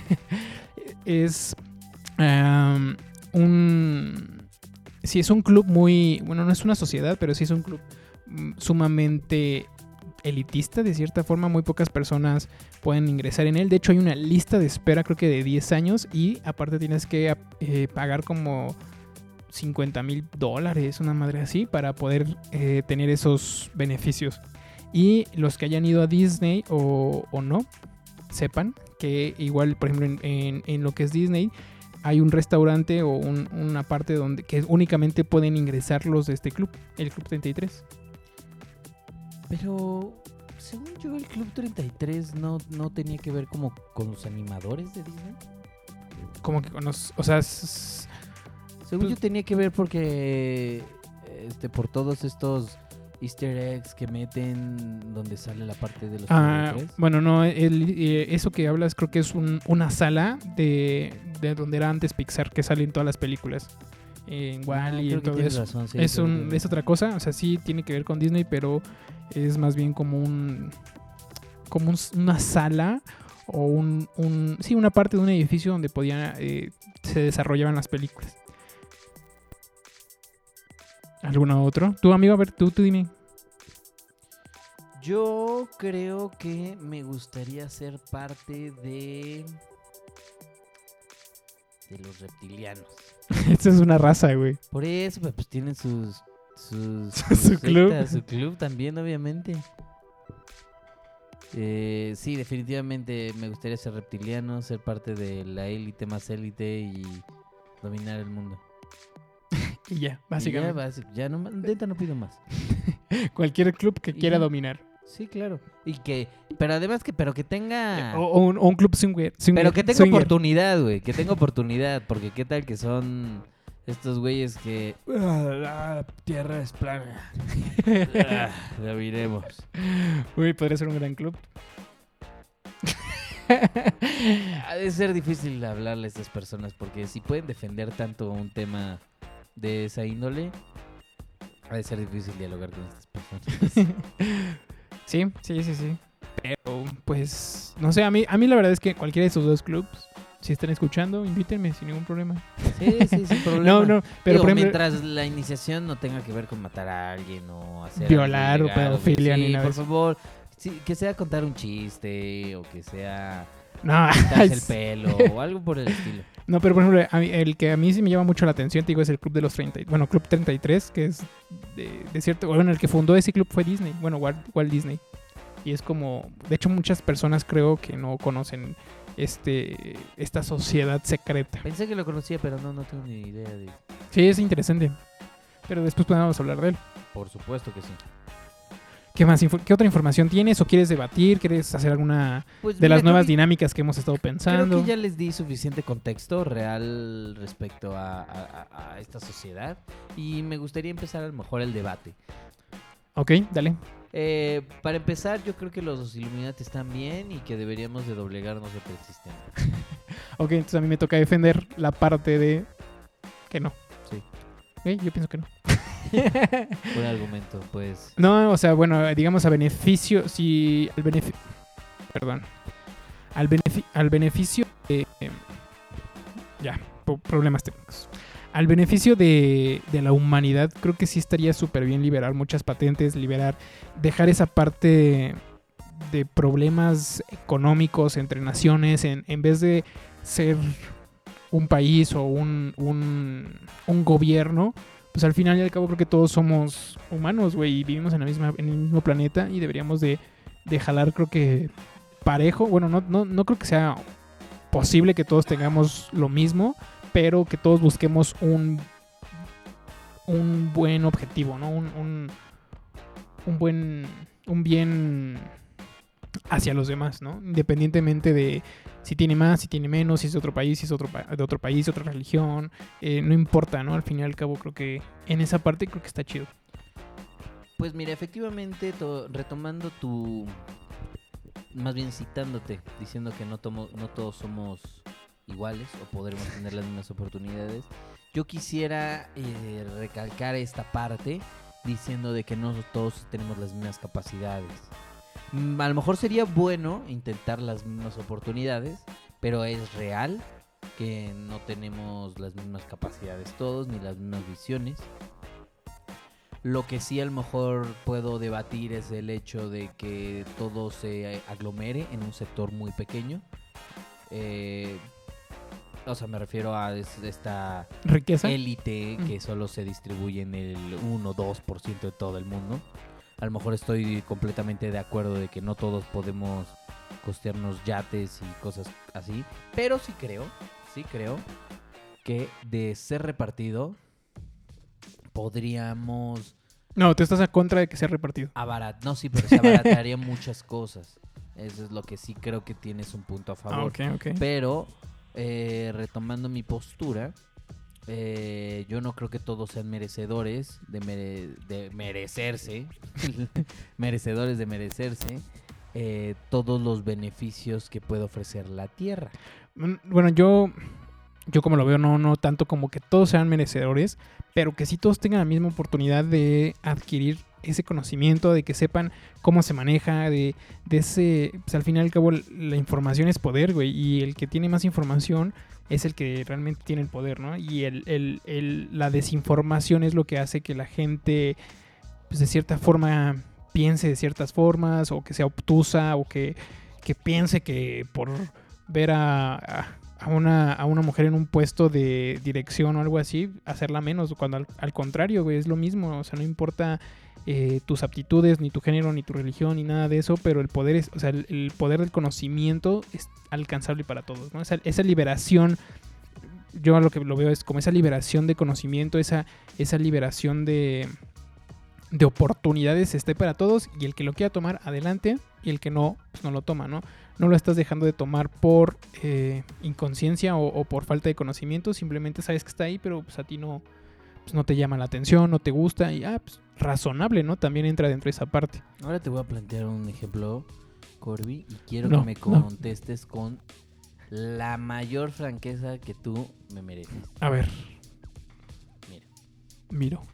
es um, un... Sí, es un club muy... Bueno, no es una sociedad, pero sí es un club mm, sumamente elitista, de cierta forma. Muy pocas personas pueden ingresar en él. De hecho, hay una lista de espera, creo que de diez años. Y aparte tienes que eh, pagar como cincuenta mil dólares, una madre así, para poder eh, tener esos beneficios. Y los que hayan ido a Disney o, o no, sepan que igual, por ejemplo, en, en, en lo que es Disney, hay un restaurante o un, una parte donde que únicamente pueden ingresar los de este club, el Club treinta y tres. Pero, según yo, el Club treinta y tres no, no tenía que ver como con los animadores de Disney. Como que con los, o sea, s- Según pues- yo tenía que ver porque, este, por todos estos Easter eggs que meten donde sale la parte de los ah, treinta y tres. bueno, no, el, eh, eso que hablas creo que es un, una sala de, de donde era antes Pixar, que sale en todas las películas. En Wall-E y creo en que todo tienes eso. razón, sí, es, creo un, que- es otra cosa, o sea, sí tiene que ver con Disney, pero es más bien como un como un- una sala o un, un sí, una parte de un edificio donde podía eh, se desarrollaban las películas. ¿Alguno otro? Tú, amigo, a ver, tú, tú dime. Yo creo que me gustaría ser parte de de los reptilianos. Esta es una raza, güey. Por eso, pues, pues, tienen sus sus, Su sus club. sectas, su club también, obviamente. Eh, sí, definitivamente me gustaría ser reptiliano, ser parte de la élite más élite y dominar el mundo. Y ya, Y ya, básicamente. basi- ya no, ma- neta no pido más. Cualquier club que Y quiera ya. dominar. Sí, claro. Y que, pero además que, pero que tenga, O, o un, o un club swinger. swinger- pero que tenga swinger. oportunidad, güey, que tenga oportunidad, porque qué tal que son estos güeyes que "Ah, la tierra es plana. Ah, lo miremos. Uy, podría ser un gran club. Ha de ser difícil hablarle a estas personas porque si pueden defender tanto un tema de esa índole, ha de ser difícil dialogar con estas personas. Sí, sí, sí, sí. Pero, pues, no sé, a mí, a mí la verdad es que cualquiera de esos dos clubs, si están escuchando, invítenme sin ningún problema. Sí, sí, sin problema. No, no, pero Digo, por ejemplo, mientras la iniciación no tenga que ver con matar a alguien o hacer Violar algo o ilegal, pedofilia sí, ni nada de por eso. favor, sí, que sea contar un chiste o que sea no, quitarse el pelo o algo por el estilo. no, pero por ejemplo, a mí- el que a mí sí me llama mucho la atención, te digo, es el club de los treinta, y- bueno, Club treinta y tres, que es de, de cierto, bueno, el que fundó ese club fue Disney, bueno, Walt, Walt Disney. Y es como, de hecho muchas personas creo que no conocen este esta sociedad secreta. Pensé que lo conocía, pero no, no tengo ni idea de... Sí, es interesante. Pero después podemos hablar de él. Por supuesto que sí. ¿Qué más? info- ¿Qué otra información tienes? ¿O quieres debatir? ¿Quieres hacer alguna Pues de mira, las creo nuevas que- dinámicas que hemos estado Creo pensando? que ya les di suficiente contexto real respecto a, a- a- a esta sociedad y me gustaría empezar a lo mejor el debate. Ok, dale. Eh, para empezar, yo creo que los Illuminati están bien y que deberíamos de doblegarnos ante el sistema. Ok, entonces a mí me toca defender la parte de que no. Sí. Ok, yo pienso que no. Buen argumento, pues. No, o sea, bueno, digamos a beneficio, si al beneficio, perdón, al, benefi- al beneficio de, eh, ya, po- problemas técnicos. Al beneficio de, de la humanidad, creo que sí estaría súper bien liberar muchas patentes, liberar, dejar esa parte de problemas económicos entre naciones, en, en vez de ser un país o un, un, un gobierno, pues al final y al cabo creo que todos somos humanos, güey, y vivimos en, la misma, en el mismo planeta y deberíamos de, de jalar, creo que parejo. Bueno, no, no, no creo que sea posible que todos tengamos lo mismo, pero que todos busquemos un, un buen objetivo, ¿no? Un, un, un buen, un bien hacia los demás, ¿no? Independientemente de si tiene más, si tiene menos, si es de otro país, si es otro pa- de otro país, otra religión, eh, no importa, ¿no? Al fin y al cabo creo que en esa parte creo que está chido. Pues mira, efectivamente, to- retomando tu... Más bien citándote, diciendo que no, tomo, no todos somos iguales o podremos tener las mismas oportunidades. yo quisiera eh, recalcar esta parte diciendo de que no todos tenemos las mismas capacidades. Mm, A lo mejor sería bueno intentar las mismas oportunidades, pero es real que no tenemos las mismas capacidades todos, ni las mismas visiones. Lo que sí a lo mejor puedo debatir es el hecho de que todo se aglomere en un sector muy pequeño. Eh, o sea, me refiero a es- esta ¿Riqueza? élite Mm. que solo se distribuye en el uno o dos por ciento de todo el mundo. A lo mejor estoy completamente de acuerdo de que no todos podemos costearnos yates y cosas así, pero sí creo, sí creo que de ser repartido podríamos No, tú estás a contra de que sea repartido. abaratar, no, sí, pero se abarataría muchas cosas. Eso es lo que sí creo que tienes un punto a favor. Ah, ok, ok. Pero, eh, retomando mi postura, eh, yo no creo que todos sean merecedores de, mere- de merecerse, merecedores de merecerse eh, todos los beneficios que puede ofrecer la tierra. Mm, Bueno, yo, yo como lo veo, no, no tanto como que todos sean merecedores, pero que sí todos tengan la misma oportunidad de adquirir ese conocimiento, de que sepan cómo se maneja, de, de ese, pues al fin y al cabo la información es poder, güey, y el que tiene más información es el que realmente tiene el poder, ¿no? Y el, el, el, la desinformación es lo que hace que la gente, pues de cierta forma, piense de ciertas formas, o que sea obtusa, o que, que piense que por ver a, a, a una, a una mujer en un puesto de dirección o algo así, hacerla menos, cuando al, al contrario, güey, es lo mismo, o sea, no importa eh, tus aptitudes, ni tu género, ni tu religión, ni nada de eso, pero el poder es, o sea, el, el poder del conocimiento es alcanzable para todos, ¿no? Esa, esa liberación, yo a lo que lo veo es como esa liberación de conocimiento, esa, esa liberación de, de oportunidades está para todos, y el que lo quiera tomar, adelante, y el que no, pues no lo toma, ¿no? No lo estás dejando de tomar por eh, inconsciencia o, o por falta de conocimiento, simplemente sabes que está ahí, pero pues a ti no, pues, no te llama la atención, no te gusta, y ah, pues razonable, ¿no? También entra dentro de esa parte. Ahora te voy a plantear un ejemplo, Corby, y quiero No, que me no. contestes con la mayor franqueza que tú me mereces. A ver, Mira, miro.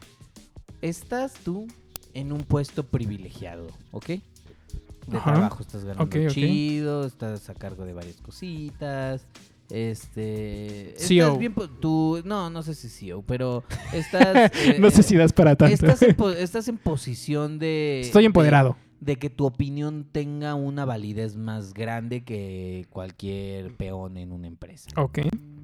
estás tú en un puesto privilegiado, ¿ok? De Ajá. trabajo estás ganando Ok, ok. chido, estás a cargo de varias cositas, este... C E O. Estás bien, po- tú, no, no sé si C E O, pero estás... eh, no sé si das para tanto. Estás en, po- estás en posición de... Estoy empoderado. De, de que tu opinión tenga una validez más grande que cualquier peón en una empresa. Ok.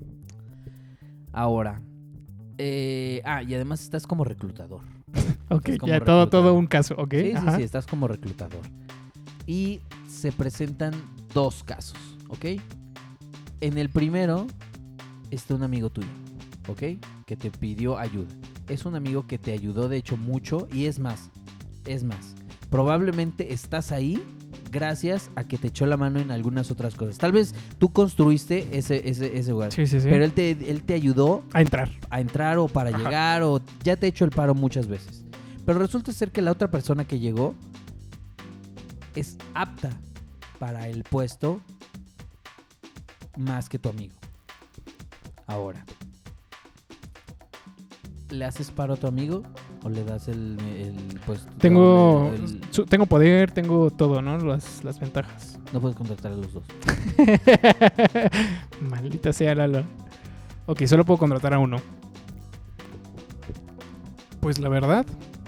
Ahora, eh, ah, y además estás como reclutador. Ok, Es como ya todo, reclutador. todo un caso, ok. Sí, sí, Ajá. sí, estás como reclutador. Y se presentan dos casos, ¿ok? En el primero está un amigo tuyo, ¿ok? Que te pidió ayuda. Es un amigo que te ayudó, de hecho, mucho. Y es más, es más, probablemente estás ahí gracias a que te echó la mano en algunas otras cosas. Tal vez tú construiste ese, ese, ese lugar. Sí, sí, sí. Pero él te, él te ayudó A entrar. a entrar o para Ajá. llegar, o ya te he hecho el paro muchas veces. Pero resulta ser que la otra persona que llegó es apta para el puesto más que tu amigo. Ahora, ¿le haces paro a tu amigo o le das el, el puesto? Tengo, el- el- su- tengo poder, tengo todo, ¿no? Las, las ventajas. no puedes contratar a los dos. Maldita sea Lalo. Ok, solo puedo contratar a uno. Pues la verdad.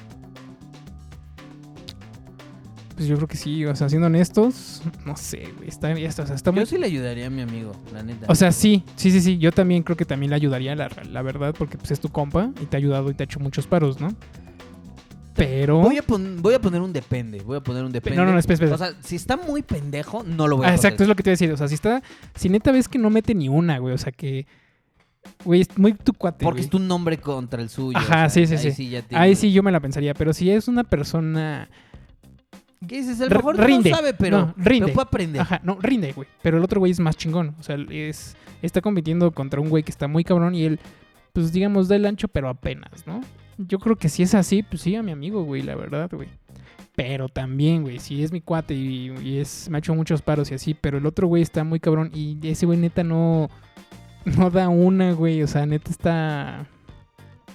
Pues yo creo que sí, o sea, siendo honestos, no sé, güey, está, ya está, o sea, está muy... Yo sí le ayudaría a mi amigo, la neta. O sea, sí, sí, sí, sí, yo también creo que también le ayudaría, la, la verdad, porque pues es tu compa y te ha ayudado y te ha hecho muchos paros, ¿no? Pero... Voy a, pon- voy a poner un depende. Voy a poner un depende. No, no, no, espera, espera. O sea, si está muy pendejo, no lo voy a Ah, exacto, es poner. lo que te iba a decir, o sea, si está... Si neta ves que no mete ni una, güey, o sea, que... Güey, es muy tu cuate, Porque güey. es tu nombre contra el suyo. Ajá, o sea, sí, sí, ahí sí. ya te- Ahí sí yo me la pensaría, pero si es una persona... ¿Qué dices? A lo R- mejor rinde. no sabe, pero, No, rinde. pero puede aprender. Ajá, no, rinde, güey. Pero el otro güey es más chingón. O sea, es, está compitiendo contra un güey que está muy cabrón y él, pues digamos, da el ancho, pero apenas, ¿no? Yo creo que si es así, pues sí, a mi amigo, güey, la verdad, güey. Pero también, güey, si es mi cuate y, y es, me ha hecho muchos paros y así, pero el otro güey está muy cabrón y ese güey neta no, no da una, güey. O sea, neta está...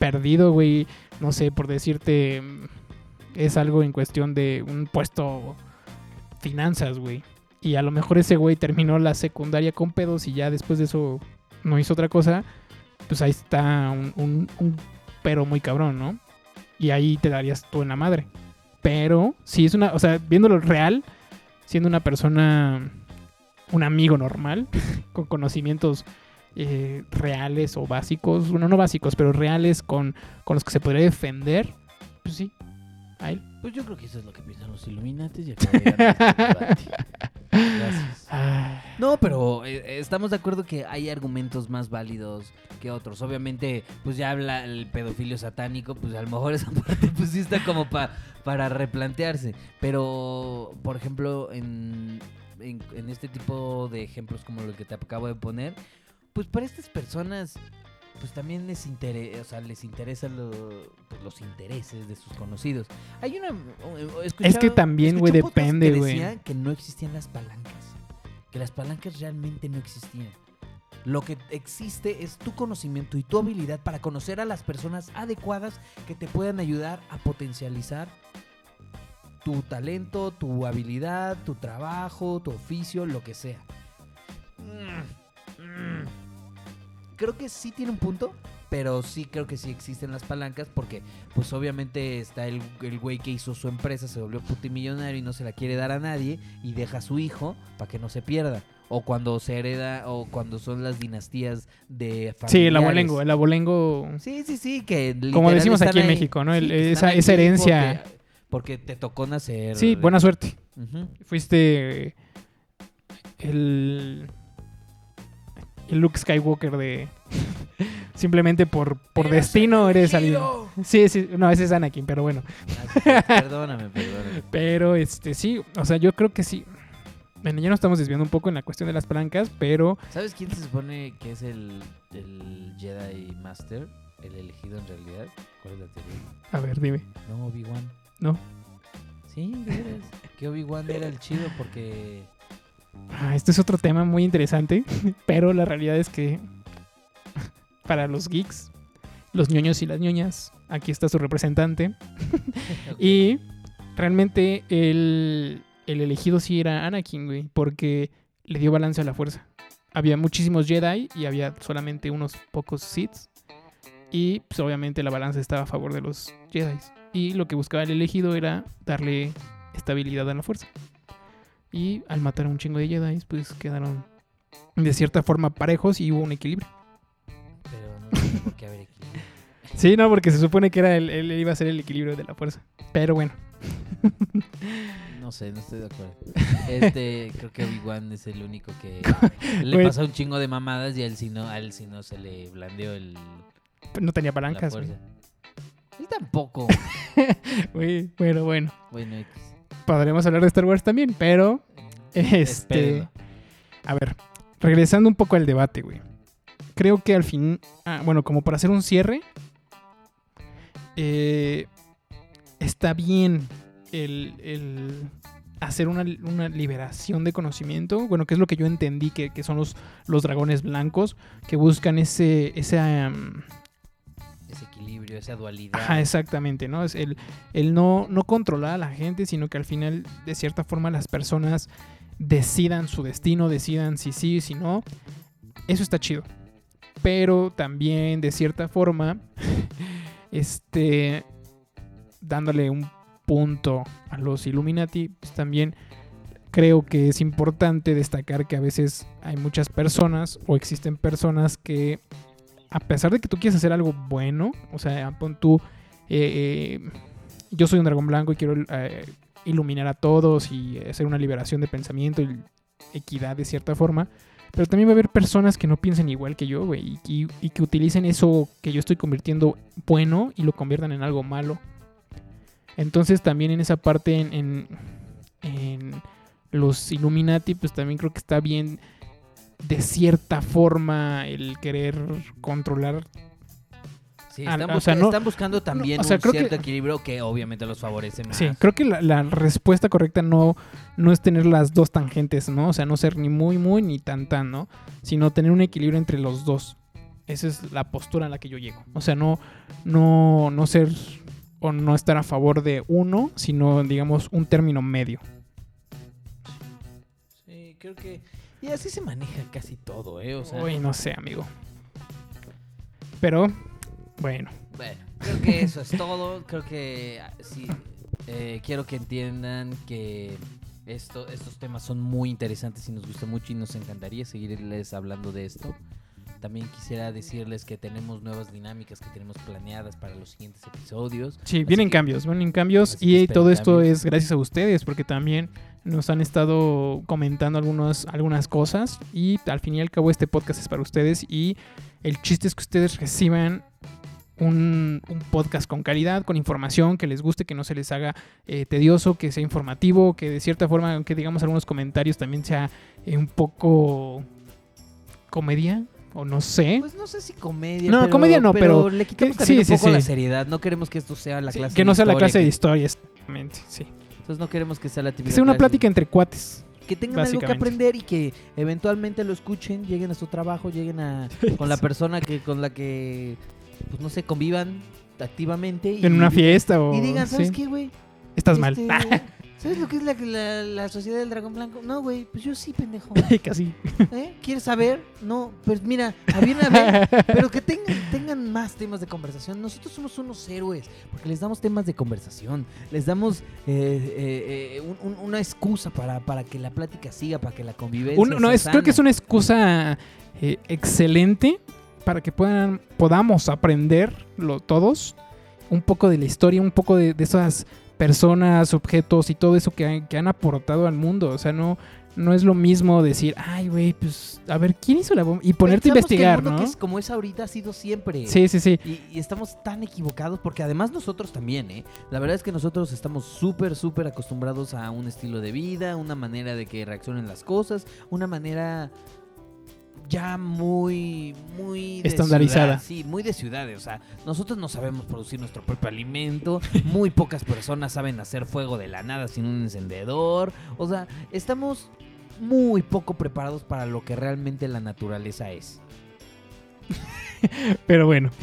perdido, güey. No sé, por decirte, es algo en cuestión de un puesto finanzas, güey. Y a lo mejor ese güey terminó la secundaria con pedos y ya después de eso no hizo otra cosa. Pues ahí está un, un, un pero muy cabrón, ¿no? Y ahí te darías tú en la madre. Pero si es una, o sea, viéndolo real, siendo una persona, un amigo normal, con conocimientos eh, reales o básicos, bueno, no básicos, pero reales con, con los que se podría defender, pues sí, a él. Pues yo creo que eso es lo que piensan los Illuminates y acabo de ganar este debate. Gracias. No, pero eh, estamos de acuerdo que hay argumentos más válidos que otros. Obviamente, pues ya habla el pedofilio satánico, pues a lo mejor esa parte pues sí está como pa, para replantearse. Pero, por ejemplo, en, en, en este tipo de ejemplos como el que te acabo de poner, pues para estas personas pues también les interesa, o sea, les interesan lo, pues, los intereses de sus conocidos. Hay una es que también, güey, depende, güey. Decía que no existían las palancas, que las palancas realmente no existían. Lo que existe es tu conocimiento y tu habilidad para conocer a las personas adecuadas que te puedan ayudar a potencializar tu talento, tu habilidad, tu trabajo, tu oficio, lo que sea. Mm, mm. Creo que sí tiene un punto, pero sí creo que sí existen las palancas porque pues obviamente está el, el güey que hizo su empresa, se volvió putimillonario y no se la quiere dar a nadie y deja a su hijo para que no se pierda. O cuando se hereda, o cuando son las dinastías de familiares. Sí, el abolengo, el abolengo. Sí, sí, sí, que como decimos aquí en México, ¿no? El, sí, esa, esa herencia. Porque, porque te tocó nacer. Sí, buena suerte. Uh-huh. Fuiste el... el Luke Skywalker de... Simplemente por, por destino eres alguien. Sí, sí, no, ese es Anakin, pero bueno. Perdóname, perdóname. Pero, este, sí, o sea, yo creo que sí. Bueno, ya nos estamos desviando un poco en la cuestión de las palancas, pero... ¿Sabes quién se supone que es el, el Jedi Master? El elegido en realidad. ¿Cuál es la teoría? A ver, dime. No, Obi-Wan. No. Sí, de veras. Que Obi-Wan era el chido porque... Ah, este es otro tema muy interesante, pero la realidad es que para los geeks, los ñoños y las ñoñas, aquí está su representante. Okay. Y realmente el, el elegido sí era Anakin, güey, porque le dio balance a la fuerza. Había muchísimos Jedi y había solamente unos pocos Sith. Y pues obviamente la balanza estaba a favor de los Jedi. Y lo que buscaba el elegido era darle estabilidad a la fuerza. Y al matar a un chingo de Jedi, pues quedaron de cierta forma parejos y hubo un equilibrio. Pero no tiene por qué haber equilibrio. Sí, no, porque se supone que era el, el, iba a ser el equilibrio de la fuerza. Pero bueno. No sé, no estoy de acuerdo. Este, creo que Obi-Wan es el único que le Wait. pasó un chingo de mamadas y a él si no, a él si no se le blandeó el... No tenía palancas, güey. Y tampoco. Güey, bueno, bueno. Bueno, podremos hablar de Star Wars también, pero este, Espérenlo. A ver, regresando un poco al debate, güey. Creo que al fin, ah, bueno, como para hacer un cierre, eh, está bien el, el hacer una, una liberación de conocimiento. Bueno, que es lo que yo entendí que, que son los, los dragones blancos que buscan ese ese um, ese equilibrio, esa dualidad. Ajá, exactamente, ¿no? Es el, el no, no controlar a la gente, sino que al final, de cierta forma, las personas decidan su destino, decidan si sí, si no. Eso está chido. Pero también, de cierta forma, este, dándole un punto a los Illuminati, pues también creo que es importante destacar que a veces hay muchas personas o existen personas que, a pesar de que tú quieres hacer algo bueno, o sea, pon tú, eh, eh, yo soy un dragón blanco y quiero eh, iluminar a todos y hacer una liberación de pensamiento y equidad de cierta forma, pero también va a haber personas que no piensen igual que yo, güey, y, y, y que utilicen eso que yo estoy convirtiendo bueno y lo conviertan en algo malo. Entonces también en esa parte, en, en, en los Illuminati, pues también creo que está bien de cierta forma el querer controlar. Sí, están, busca- o sea, no, están buscando también no, o sea, un cierto que, equilibrio que obviamente los favorece más. Sí, creo que la, la respuesta correcta no, no es tener las dos tangentes, ¿no? O sea, no ser ni muy, muy ni tan, tan, ¿no? Sino tener un equilibrio entre los dos. Esa es la postura en la que yo llego. O sea, no, no, no ser o no estar a favor de uno, sino, digamos, un término medio. Sí, creo que... Y así se maneja casi todo, ¿eh? O sea... Uy, no sé, amigo. Pero, bueno. Bueno, creo que eso es todo. Creo que sí, eh, quiero que entiendan que esto, estos temas son muy interesantes y nos gusta mucho y nos encantaría seguirles hablando de esto. También quisiera decirles que tenemos nuevas dinámicas que tenemos planeadas para los siguientes episodios. Sí, Así vienen que- cambios, vienen cambios Así que y esperen todo esto cambios. es gracias a ustedes porque también nos han estado comentando algunos, algunas cosas y al fin y al cabo este podcast es para ustedes y el chiste es que ustedes reciban un, un podcast con calidad, con información, que les guste, que no se les haga eh, tedioso, que sea informativo, que de cierta forma, aunque digamos algunos comentarios también sea eh, un poco comedia o no sé. Pues no sé si comedia. No, pero, comedia no, pero le quitamos que- también sí, un sí, poco la sí. seriedad. No queremos que esto sea la Sí, clase que no de sea la historia, clase de que- historia, exactamente, sí. Entonces no queremos que sea la típica Que sea una clase. plática entre cuates. Que tengan algo que básicamente. aprender y que eventualmente lo escuchen, lleguen a su trabajo, lleguen a con la persona que con la que pues no sé, convivan activamente y En una fiesta o... y digan, ¿sabes sí, qué, güey? estás mal. Este, ¿sabes lo que es la, la, la sociedad del dragón blanco? No, güey, pues yo sí, pendejo. Casi. ¿Eh? ¿Quieres saber? No, pues mira, había una vez, pero que tengan, tengan más temas de conversación. Nosotros somos unos héroes, porque les damos temas de conversación, les damos eh, eh, eh, un- un- una excusa para, para que la plática siga, para que la convivencia Un- no, sea es, creo que es sana. una excusa eh, excelente para que puedan, podamos aprender lo- todos un poco de la historia, un poco de, de esas personas, objetos y todo eso que, han- que han aportado al mundo. O sea, no, no es lo mismo decir, ay, güey, pues, a ver, ¿quién hizo la bomba? Y ponerte a Pensamos que el investigar, mundo ¿no? que es como es ahorita ha sido siempre. Sí, sí, sí. Y, y estamos tan equivocados porque además nosotros también, ¿eh? La verdad es que nosotros estamos súper, súper acostumbrados a un estilo de vida, una manera de que reaccionen las cosas, una manera ya muy, muy de Estandarizada. ciudad. Sí, muy de ciudades. O sea, nosotros no sabemos producir nuestro propio alimento. Muy pocas personas saben hacer fuego de la nada sin un encendedor. O sea, estamos muy poco preparados para lo que realmente la naturaleza es. Pero bueno.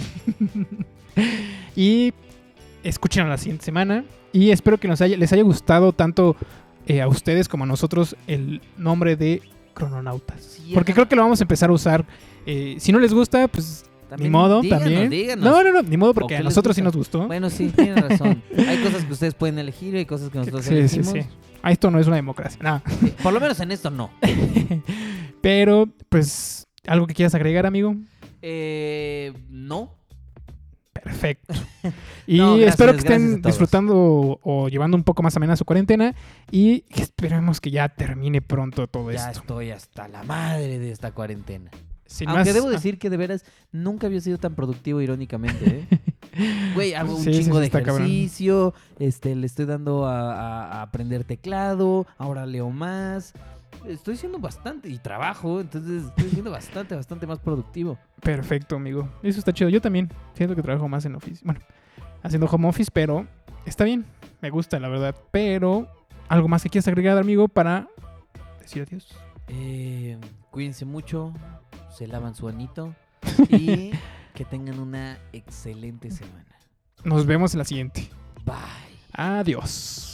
Y escuchen la siguiente semana. Y espero que nos haya, les haya gustado tanto eh, a ustedes como a nosotros el nombre de Crononautas. Sí, Porque ajá. creo que lo vamos a empezar a usar. Eh, si no les gusta, pues También ni modo, díganos, también. díganos. No, no, no, ni modo ¿O porque qué a les nosotros sí gusta? nos gustó. Bueno, sí, tienen razón. Hay cosas que ustedes pueden elegir y hay cosas que nosotros sí, sí, elegimos. sí. Ah, esto no es una democracia. No. Sí, por lo menos en esto no. Pero, pues, ¿algo que quieras agregar, amigo? Eh, no. Perfecto. Y No, gracias, espero que gracias a estén todos. disfrutando o, o llevando un poco más amena su cuarentena. Y esperemos que ya termine pronto todo Ya esto. estoy hasta la madre de esta cuarentena. Sin Aunque más- debo decir que de veras nunca había sido tan productivo irónicamente, ¿eh? Güey, hago un Sí, sí, chingo sí, de está cabrón. ejercicio, este, le estoy dando a, a- a aprender teclado, ahora leo más. Estoy siendo bastante, y trabajo, entonces estoy siendo bastante, bastante más productivo. Perfecto, amigo. Eso está chido. Yo también siento que trabajo más en office. Bueno, haciendo home office, pero está bien. Me gusta, la verdad. Pero, ¿algo más que quieras agregar, amigo, para decir adiós? Eh, cuídense mucho, se lavan su anito y que tengan una excelente semana. Nos vemos en la siguiente. Bye. Adiós.